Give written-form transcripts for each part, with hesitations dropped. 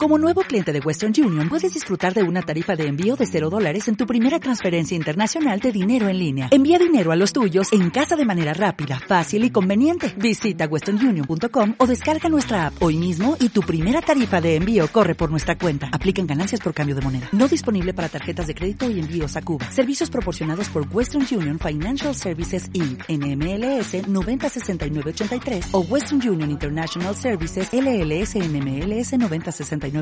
Como nuevo cliente de Western Union, puedes disfrutar de una tarifa de envío de $0 en tu primera transferencia internacional de dinero en línea. Envía dinero a los tuyos en casa de manera rápida, fácil y conveniente. Visita westernunion.com o descarga nuestra app hoy mismo y tu primera tarifa de envío corre por nuestra cuenta. Aplican ganancias por cambio de moneda. No disponible para tarjetas de crédito y envíos a Cuba. Servicios proporcionados por Western Union Financial Services Inc. NMLS 906983 o Western Union International Services LLS NMLS 906985.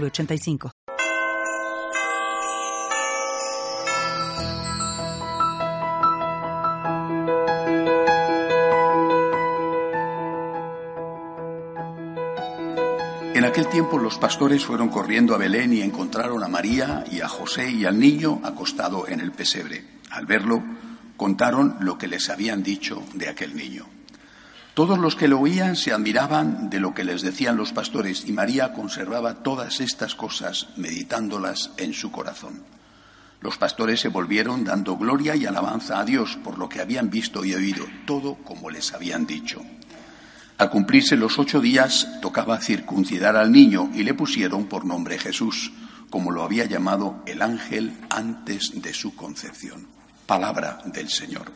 En aquel tiempo los pastores fueron corriendo a Belén y encontraron a María y a José y al niño acostado en el pesebre. Al verlo, contaron lo que les habían dicho de aquel niño. Todos los que lo oían se admiraban de lo que les decían los pastores, y María conservaba todas estas cosas, meditándolas en su corazón. Los pastores se volvieron dando gloria y alabanza a Dios por lo que habían visto y oído, todo como les habían dicho. Al cumplirse los 8 días, tocaba circuncidar al niño y le pusieron por nombre Jesús, como lo había llamado el ángel antes de su concepción. Palabra del Señor.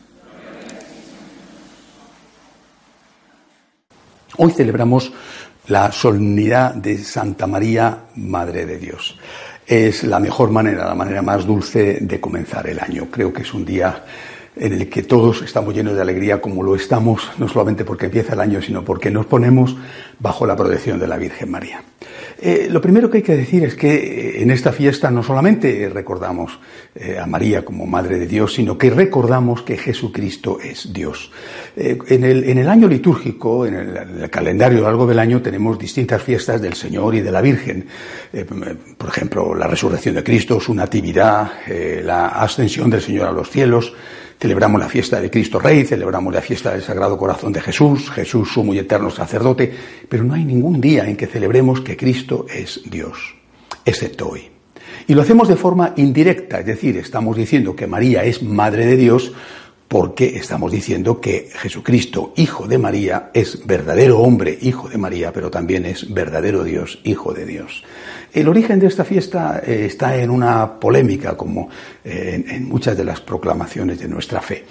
Hoy celebramos la solemnidad de Santa María, Madre de Dios. Es la mejor manera, la manera más dulce de comenzar el año. Creo que es un día en el que todos estamos llenos de alegría, como lo estamos, no solamente porque empieza el año, sino porque nos ponemos bajo la protección de la Virgen María. Lo primero que hay que decir es que en esta fiesta no solamente recordamos a María como Madre de Dios, sino que recordamos que Jesucristo es Dios. En el año litúrgico, en el calendario a lo largo del año, tenemos distintas fiestas del Señor y de la Virgen. Por ejemplo, la resurrección de Cristo, su natividad, la ascensión del Señor a los cielos. Celebramos la fiesta de Cristo Rey, celebramos la fiesta del Sagrado Corazón de Jesús, Jesús sumo y eterno sacerdote, pero no hay ningún día en que celebremos que Cristo es Dios, excepto hoy. Y lo hacemos de forma indirecta, es decir, estamos diciendo que María es Madre de Dios porque estamos diciendo que Jesucristo, Hijo de María, es verdadero hombre, Hijo de María, pero también es verdadero Dios, Hijo de Dios. El origen de esta fiesta está en una polémica, como en muchas de las proclamaciones de nuestra fe.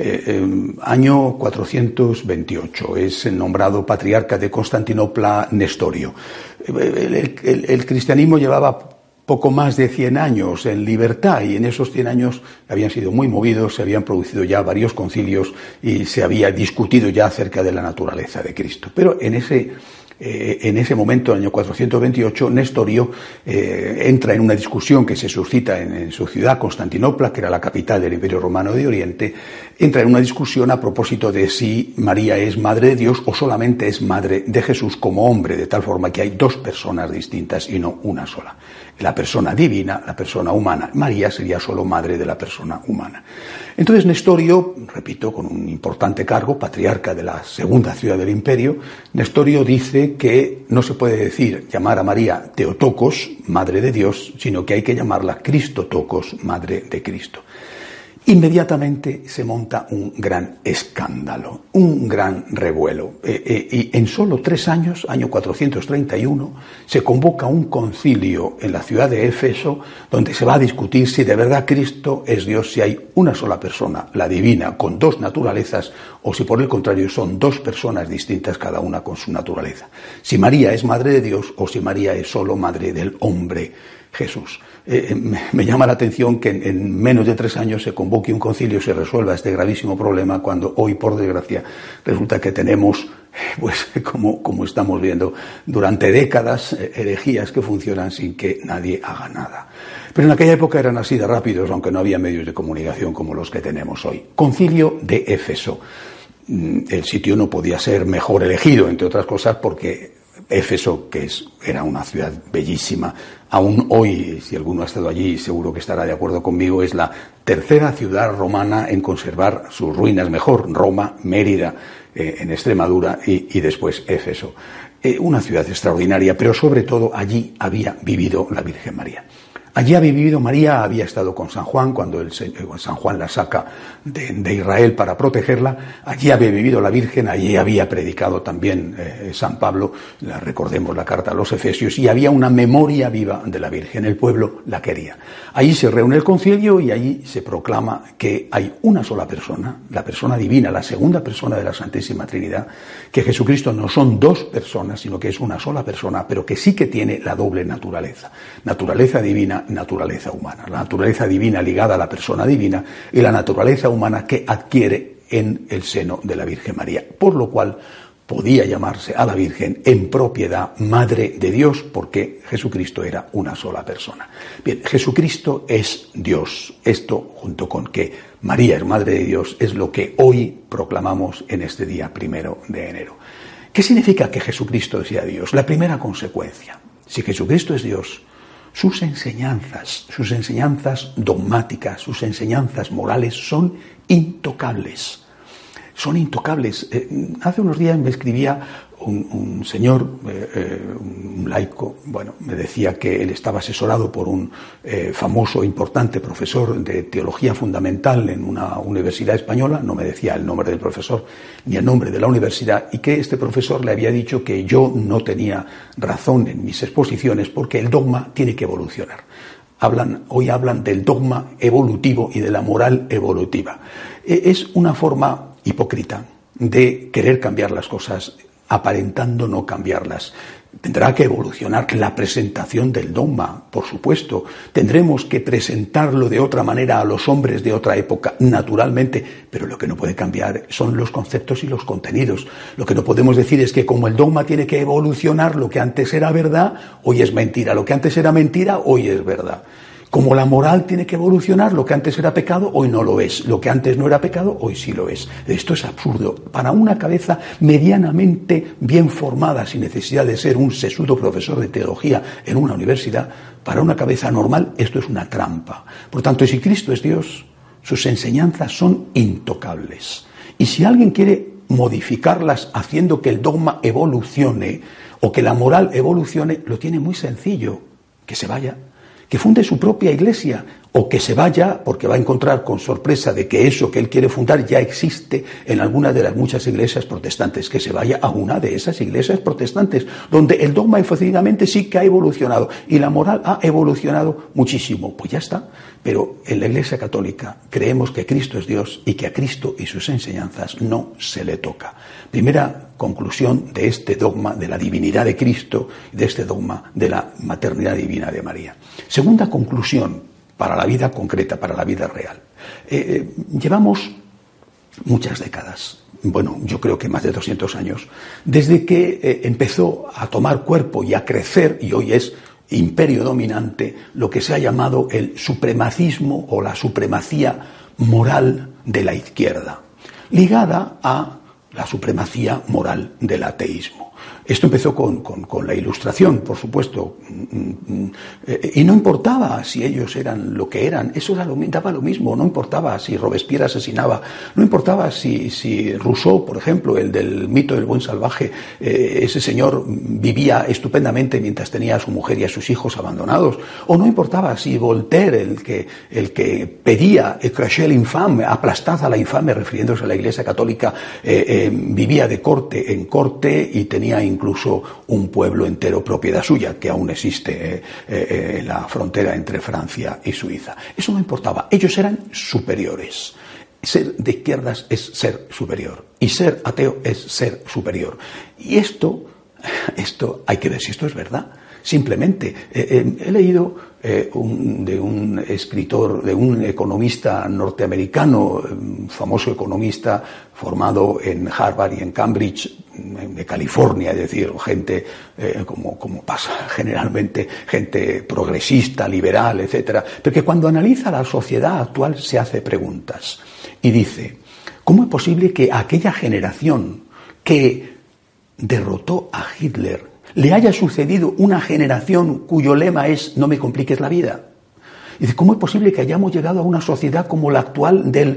Año 428, es nombrado patriarca de Constantinopla Nestorio. El cristianismo llevaba poco más de 100 años en libertad, y en esos 100 años habían sido muy movidos, se habían producido ya varios concilios y se había discutido ya acerca de la naturaleza de Cristo. Pero en ese momento, en el año 428, Nestorio entra en una discusión que se suscita en su ciudad, Constantinopla, que era la capital del Imperio Romano de Oriente. Entra en una discusión a propósito de si María es Madre de Dios o solamente es Madre de Jesús como hombre, de tal forma que hay 2 personas distintas y no una sola. La persona divina, la persona humana. María sería solo madre de la persona humana. Entonces Nestorio, repito, con un importante cargo, patriarca de la segunda ciudad del imperio, Nestorio dice que no se puede llamar a María Theotokos, Madre de Dios, sino que hay que llamarla Christotokos, Madre de Cristo. Inmediatamente se monta un gran escándalo, un gran revuelo. Y en solo 3 años, año 431, se convoca un concilio en la ciudad de Éfeso, donde se va a discutir si de verdad Cristo es Dios, si hay una sola persona, la divina, con 2 naturalezas, o si por el contrario son 2 personas distintas, cada una con su naturaleza. Si María es Madre de Dios o si María es solo Madre del hombre Jesús. Me llama la atención que en menos de 3 años se convoque un concilio y se resuelva este gravísimo problema, cuando hoy, por desgracia, resulta que tenemos, pues como estamos viendo, durante décadas, herejías que funcionan sin que nadie haga nada. Pero en aquella época eran así de rápidos, aunque no había medios de comunicación como los que tenemos hoy. Concilio de Éfeso. El sitio no podía ser mejor elegido, entre otras cosas, porque Éfeso, que era una ciudad bellísima, aún hoy, si alguno ha estado allí, seguro que estará de acuerdo conmigo, es la 3ª ciudad romana en conservar sus ruinas mejor. Roma, Mérida, en Extremadura y después Éfeso. Una ciudad extraordinaria, pero sobre todo allí había vivido la Virgen María. Allí había vivido María, había estado con San Juan cuando San Juan la saca de Israel para protegerla. Allí había vivido la Virgen, allí había predicado también San Pablo, recordemos la carta a los Efesios, y había una memoria viva de la Virgen. El pueblo la quería. Allí se reúne el concilio y allí se proclama que hay una sola persona, la persona divina, la segunda persona de la Santísima Trinidad, que Jesucristo no son dos personas, sino que es una sola persona, pero que sí que tiene la doble naturaleza. Naturaleza divina, naturaleza humana. La naturaleza divina ligada a la persona divina y la naturaleza humana que adquiere en el seno de la Virgen María. Por lo cual podía llamarse a la Virgen en propiedad Madre de Dios, porque Jesucristo era una sola persona. Bien, Jesucristo es Dios. Esto, junto con que María es Madre de Dios, es lo que hoy proclamamos en este día 1 de enero. ¿Qué significa que Jesucristo sea Dios? La primera consecuencia. Si Jesucristo es Dios, sus enseñanzas dogmáticas, sus enseñanzas morales son intocables. Son intocables. Hace unos días me escribía un señor, un laico, me decía que él estaba asesorado por un famoso, importante profesor de teología fundamental en una universidad española, no me decía el nombre del profesor ni el nombre de la universidad, y que este profesor le había dicho que yo no tenía razón en mis exposiciones porque el dogma tiene que evolucionar. Hoy hablan del dogma evolutivo y de la moral evolutiva. Es una forma hipócrita de querer cambiar las cosas aparentando no cambiarlas. Tendrá que evolucionar la presentación del dogma, por supuesto. Tendremos que presentarlo de otra manera a los hombres de otra época, naturalmente, pero lo que no puede cambiar son los conceptos y los contenidos. Lo que no podemos decir es que como el dogma tiene que evolucionar, lo que antes era verdad, hoy es mentira. Lo que antes era mentira, hoy es verdad. Como la moral tiene que evolucionar, lo que antes era pecado, hoy no lo es. Lo que antes no era pecado, hoy sí lo es. Esto es absurdo. Para una cabeza medianamente bien formada, sin necesidad de ser un sesudo profesor de teología en una universidad, para una cabeza normal, esto es una trampa. Por tanto, si Cristo es Dios, sus enseñanzas son intocables. Y si alguien quiere modificarlas haciendo que el dogma evolucione o que la moral evolucione, lo tiene muy sencillo. Que se vaya. Que funde su propia iglesia, o que se vaya porque va a encontrar con sorpresa de que eso que él quiere fundar ya existe en alguna de las muchas iglesias protestantes, que se vaya a una de esas iglesias protestantes, donde el dogma efectivamente sí que ha evolucionado y la moral ha evolucionado muchísimo. Pues ya está. Pero en la Iglesia Católica creemos que Cristo es Dios y que a Cristo y sus enseñanzas no se le toca. Primera conclusión de este dogma de la divinidad de Cristo, de este dogma de la maternidad divina de María. Segunda conclusión para la vida concreta, para la vida real. Llevamos muchas décadas, yo creo que más de 200 años, desde que empezó a tomar cuerpo y a crecer, y hoy es imperio dominante, lo que se ha llamado el supremacismo o la supremacía moral de la izquierda, ligada a la supremacía moral del ateísmo. Esto empezó con la Ilustración, por supuesto, y no importaba si ellos eran lo que eran, eso daba lo mismo, no importaba si Robespierre asesinaba, no importaba si Rousseau, por ejemplo, el del mito del buen salvaje, ese señor vivía estupendamente mientras tenía a su mujer y a sus hijos abandonados, o no importaba si Voltaire, el que pedía «écrachez l'infâme», aplastad a la infame, refiriéndose a la Iglesia Católica, vivía de corte en corte y tenía incluso un pueblo entero propiedad suya, que aún existe en la frontera entre Francia y Suiza. Eso no importaba, ellos eran superiores. Ser de izquierdas es ser superior, y ser ateo es ser superior. Y esto hay que ver si esto es verdad. Simplemente, he leído de un escritor, de un economista norteamericano, famoso economista formado en Harvard y en Cambridge, de California, es decir, gente como pasa generalmente, gente progresista, liberal, etcétera, pero que cuando analiza la sociedad actual se hace preguntas y dice: ¿cómo es posible que aquella generación que derrotó a Hitler le haya sucedido una generación cuyo lema es «no me compliques la vida»? Dice, ¿cómo es posible que hayamos llegado a una sociedad como la actual del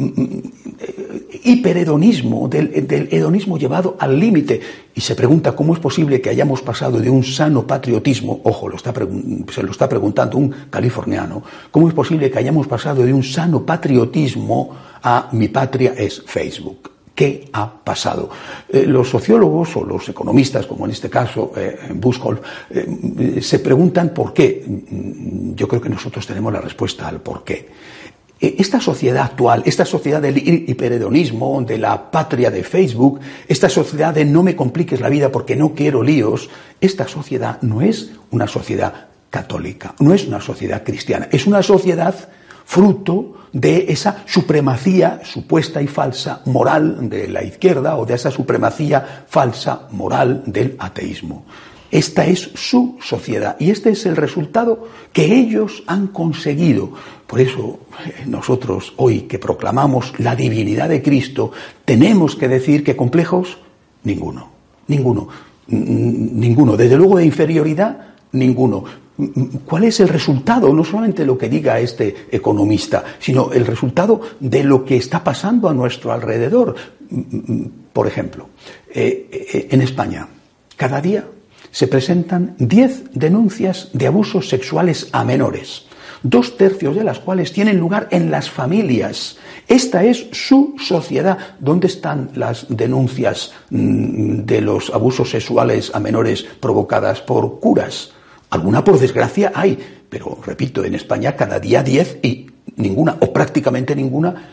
hiperhedonismo, del hedonismo llevado al límite? Y se pregunta cómo es posible que hayamos pasado de un sano patriotismo, ojo, se lo está preguntando un californiano, ¿cómo es posible que hayamos pasado de un sano patriotismo a mi patria es Facebook? ¿Qué ha pasado? Los sociólogos o los economistas, como en este caso Buchholz, se preguntan por qué. Yo creo que nosotros tenemos la respuesta al por qué. Esta sociedad actual, esta sociedad del hiperhedonismo, de la patria de Facebook, esta sociedad de no me compliques la vida porque no quiero líos, esta sociedad no es una sociedad católica, no es una sociedad cristiana, es una sociedad fruto de esa supremacía supuesta y falsa moral de la izquierda o de esa supremacía falsa moral del ateísmo. Esta es su sociedad y este es el resultado que ellos han conseguido. Por eso nosotros hoy que proclamamos la divinidad de Cristo tenemos que decir que complejos, ninguno. Desde luego de inferioridad, ninguno. ¿Cuál es el resultado? No solamente lo que diga este economista, sino el resultado de lo que está pasando a nuestro alrededor. Por ejemplo, en España, cada día se presentan 10 denuncias de abusos sexuales a menores, 2/3 de las cuales tienen lugar en las familias. Esta es su sociedad. ¿Dónde están las denuncias de los abusos sexuales a menores provocadas por curas? Alguna, por desgracia, hay, pero repito, en España cada día 10 y ninguna, o prácticamente ninguna,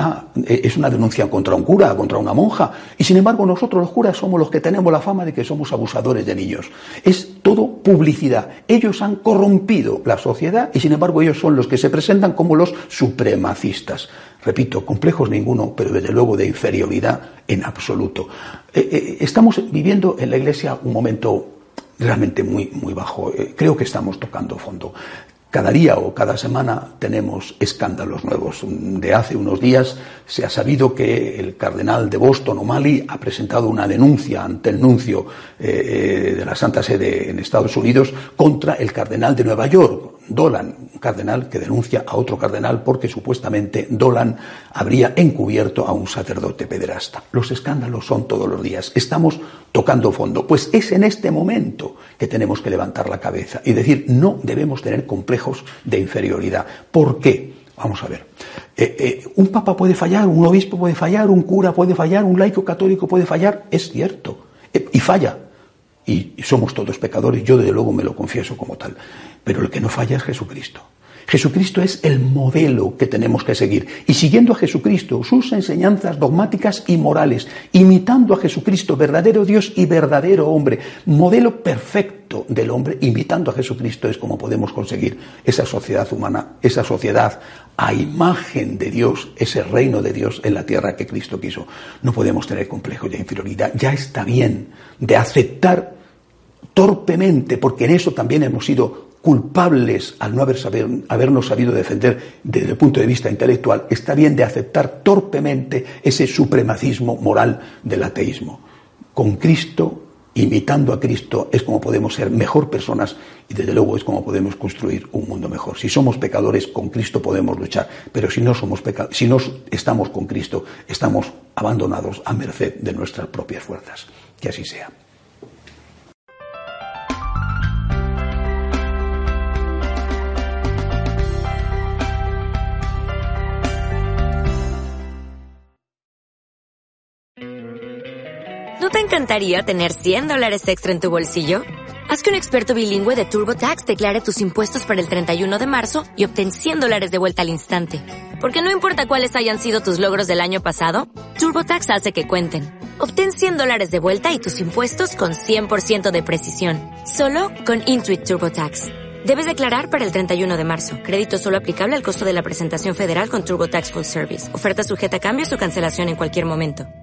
es una denuncia contra un cura, contra una monja. Y sin embargo nosotros los curas somos los que tenemos la fama de que somos abusadores de niños. Es todo publicidad. Ellos han corrompido la sociedad y sin embargo ellos son los que se presentan como los supremacistas. Repito, complejos ninguno, pero desde luego de inferioridad en absoluto. Estamos viviendo en la Iglesia un momento realmente muy bajo. Creo que estamos tocando fondo. Cada día o cada semana tenemos escándalos nuevos. De hace unos días se ha sabido que el cardenal de Boston, O'Malley, ha presentado una denuncia ante el nuncio de la Santa Sede en Estados Unidos contra el cardenal de Nueva York, Dolan, un cardenal que denuncia a otro cardenal porque supuestamente Dolan habría encubierto a un sacerdote pederasta. Los escándalos son todos los días. Estamos tocando fondo. Pues es en este momento que tenemos que levantar la cabeza y decir, no debemos tener complejos de inferioridad. ¿Por qué? Vamos a ver. Un papa puede fallar, un obispo puede fallar, un cura puede fallar, un laico católico puede fallar. Es cierto. Y falla. Y somos todos pecadores. Yo desde luego me lo confieso como tal. Pero el que no falla es Jesucristo. Jesucristo es el modelo que tenemos que seguir. Y siguiendo a Jesucristo, sus enseñanzas dogmáticas y morales, imitando a Jesucristo, verdadero Dios y verdadero hombre, modelo perfecto del hombre, imitando a Jesucristo es como podemos conseguir esa sociedad humana, esa sociedad a imagen de Dios, ese reino de Dios en la tierra que Cristo quiso. No podemos tener complejos de inferioridad. Ya está bien de aceptar torpemente, porque en eso también hemos sido culpables al no habernos sabido defender desde el punto de vista intelectual. Está bien de aceptar torpemente ese supremacismo moral del ateísmo. Con Cristo, imitando a Cristo, es como podemos ser mejor personas y desde luego es como podemos construir un mundo mejor. Si somos pecadores, con Cristo podemos luchar, pero si no estamos con Cristo, estamos abandonados a merced de nuestras propias fuerzas. Que así sea. ¿No te encantaría tener $100 extra en tu bolsillo? Haz que un experto bilingüe de TurboTax declare tus impuestos para el 31 de marzo y obtén $100 de vuelta al instante. Porque no importa cuáles hayan sido tus logros del año pasado, TurboTax hace que cuenten. Obtén $100 de vuelta y tus impuestos con 100% de precisión. Solo con Intuit TurboTax. Debes declarar para el 31 de marzo. Crédito solo aplicable al costo de la presentación federal con TurboTax Full Service. Oferta sujeta a cambios o cancelación en cualquier momento.